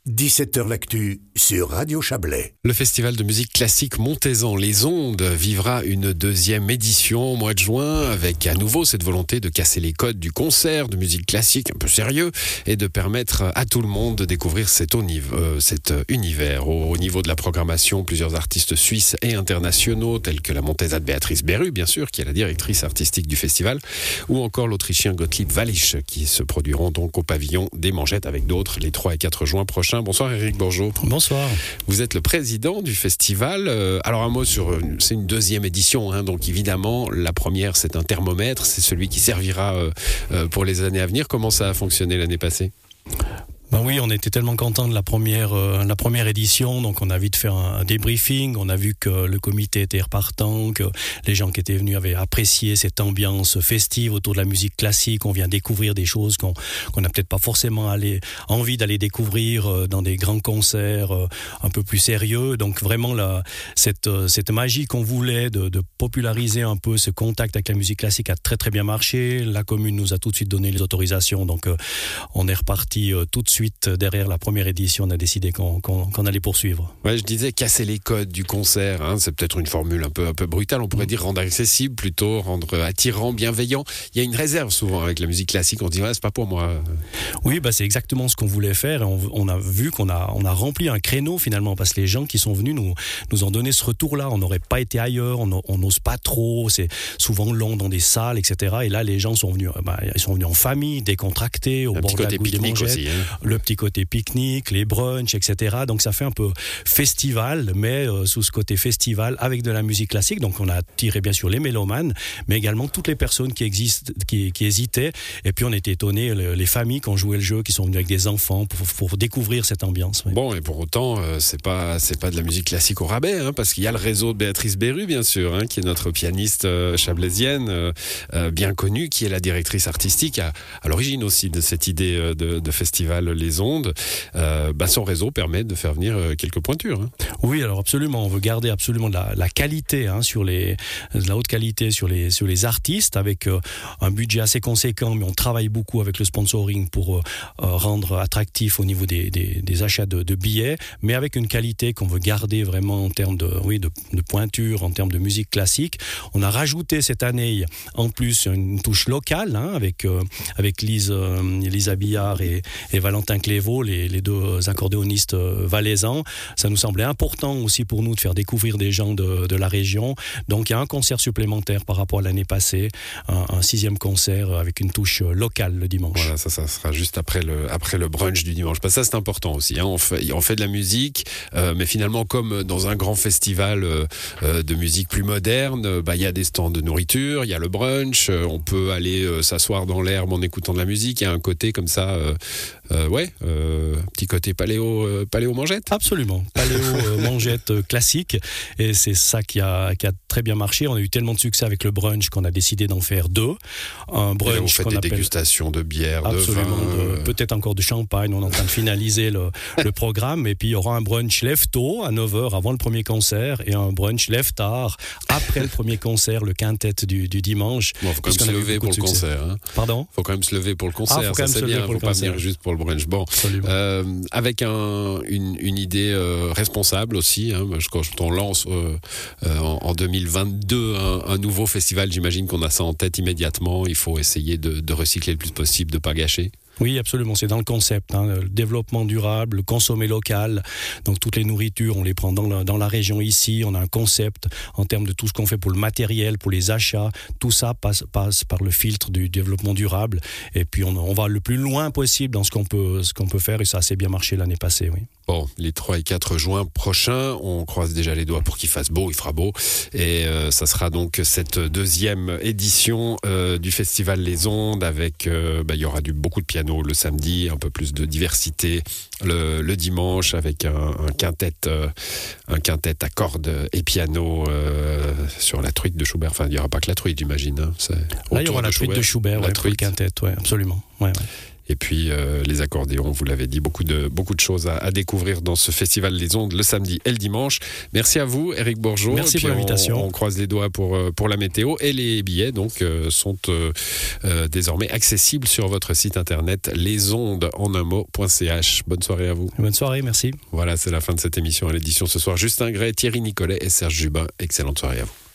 17h l'actu sur Radio Chablais. Le festival de musique classique Montezan Les Ondes vivra une deuxième édition au mois de juin avec à nouveau cette volonté de casser les codes du concert de musique classique un peu sérieux et de permettre à tout le monde de découvrir cet univers. Au niveau de la programmation, plusieurs artistes suisses et internationaux tels que la Montésade Béatrice Berru, bien sûr, qui est la directrice artistique du festival, ou encore l'Autrichien Gottlieb Wallisch qui se produiront donc au pavillon des Mangettes avec d'autres les 3 et 4 juin prochains. Bonsoir Éric Bourgeot. Bonsoir. Vous êtes le président du festival. Alors un mot sur... C'est une deuxième édition, donc évidemment, la première c'est un thermomètre, c'est celui qui servira pour les années à venir. Comment ça a fonctionné l'année passée ? Ben oui, on était tellement contents de la première édition, donc on a vite fait un débriefing, on a vu que le comité était repartant, que les gens qui étaient venus avaient apprécié cette ambiance festive autour de la musique classique. On vient découvrir des choses qu'on n'a peut-être pas forcément envie d'aller découvrir dans des grands concerts un peu plus sérieux. Donc vraiment cette magie qu'on voulait de populariser un peu ce contact avec la musique classique a très très bien marché. La commune nous a tout de suite donné les autorisations, donc on est reparti tout de suite derrière la première édition. On a décidé qu'on allait poursuivre. Ouais, je disais casser les codes du concert, c'est peut-être une formule un peu brutale, on pourrait dire rendre accessible plutôt, rendre attirant, bienveillant. Il y a une réserve souvent avec la musique classique, on se dit c'est pas pour moi. Oui, c'est exactement ce qu'on voulait faire et on a vu qu'on a rempli un créneau finalement, parce que les gens qui sont venus nous ont donné ce retour-là. On n'aurait pas été ailleurs, on n'ose pas trop, c'est souvent long dans des salles, etc. Et là, les gens sont venus, ils sont venus en famille, décontractés, au bord de la Gouye des Mangettes. Aussi, le petit côté pique-nique, les brunchs, etc. Donc ça fait un peu festival, mais sous ce côté festival avec de la musique classique. Donc on a attiré bien sûr les mélomanes, mais également toutes les personnes qui hésitaient. Et puis on était étonnés, les familles qui ont joué le jeu, qui sont venues avec des enfants pour découvrir cette ambiance. Oui. Bon, et pour autant, c'est pas de la musique classique au rabais, parce qu'il y a le réseau de Béatrice Berru, bien sûr, qui est notre pianiste chablaisienne, bien connue, qui est la directrice artistique à l'origine aussi de cette idée de festival Les Ondes. Son réseau permet de faire venir quelques pointures. Oui, alors absolument. On veut garder absolument de la qualité, de la haute qualité sur les artistes, avec un budget assez conséquent, mais on travaille beaucoup avec le sponsoring pour rendre attractif au niveau des achats de billets, mais avec une qualité qu'on veut garder vraiment en termes de pointure, en termes de musique classique. On a rajouté cette année en plus une touche locale, avec Lisa Billard et Valentin Clévaux, les deux accordéonistes valaisans. Ça nous semblait important aussi pour nous de faire découvrir des gens de la région. Donc il y a un concert supplémentaire par rapport à l'année passée, un 6e concert avec une touche locale le dimanche. Voilà, ça sera juste après le brunch du dimanche. Ça c'est important aussi. On fait de la musique, mais finalement comme dans un grand festival de musique plus moderne, il y a des stands de nourriture, il y a le brunch, on peut aller s'asseoir dans l'herbe en écoutant de la musique. Il y a un côté comme ça, petit côté paléo Mangettes. Absolument, paléo Mangettes classique, et c'est ça qui a très bien marché. On a eu tellement de succès avec le brunch qu'on a décidé d'en faire 2. Un brunch, vous faites des dégustations de bière, de vin, peut-être encore de champagne. On est en train de finaliser le programme, et puis il y aura un brunch lève-tôt à 9h avant le premier concert et un brunch lève-tard après le premier concert, le quintet du dimanche. Bon, faut quand même se lever pour le concert. Pardon ? Faut quand même se lever pour le concert, ça c'est bien, faut pas venir juste pour le brunch. Bon, avec une idée responsable aussi, quand on lance en 2022 un nouveau festival, j'imagine qu'on a ça en tête immédiatement. Il faut essayer de recycler le plus possible, de ne pas gâcher. Oui, absolument, c'est dans le concept, le développement durable, le consommer local. Donc toutes les nourritures, on les prend dans la région ici. On a un concept en termes de tout ce qu'on fait pour le matériel, pour les achats. Tout ça passe par le filtre du développement durable. Et puis on va le plus loin possible dans ce qu'on peut faire, et ça a assez bien marché l'année passée, oui. Bon, les 3 et 4 juin prochains, on croise déjà les doigts pour qu'il fasse beau, il fera beau. Et ça sera donc cette deuxième édition du Festival Les Ondes avec, il y aura beaucoup de piano le samedi, un peu plus de diversité le dimanche avec un quintet à cordes et piano sur la truite de Schubert. Enfin, il n'y aura pas que la truite, j'imagine. Là, il y aura la truite de Schubert, pour le quintet, absolument. Ouais. Et puis les accordéons, vous l'avez dit, beaucoup de choses à découvrir dans ce festival Les Ondes le samedi et le dimanche. Merci à vous, Éric Bourgeot. Merci pour l'invitation. On croise les doigts pour la météo, et les billets donc sont désormais accessibles sur votre site internet lesondesenunmot.ch. Bonne soirée à vous. Bonne soirée, merci. Voilà, c'est la fin de cette émission. À l'édition ce soir, Justin Gray, Thierry Nicolet et Serge Jubin. Excellente soirée à vous.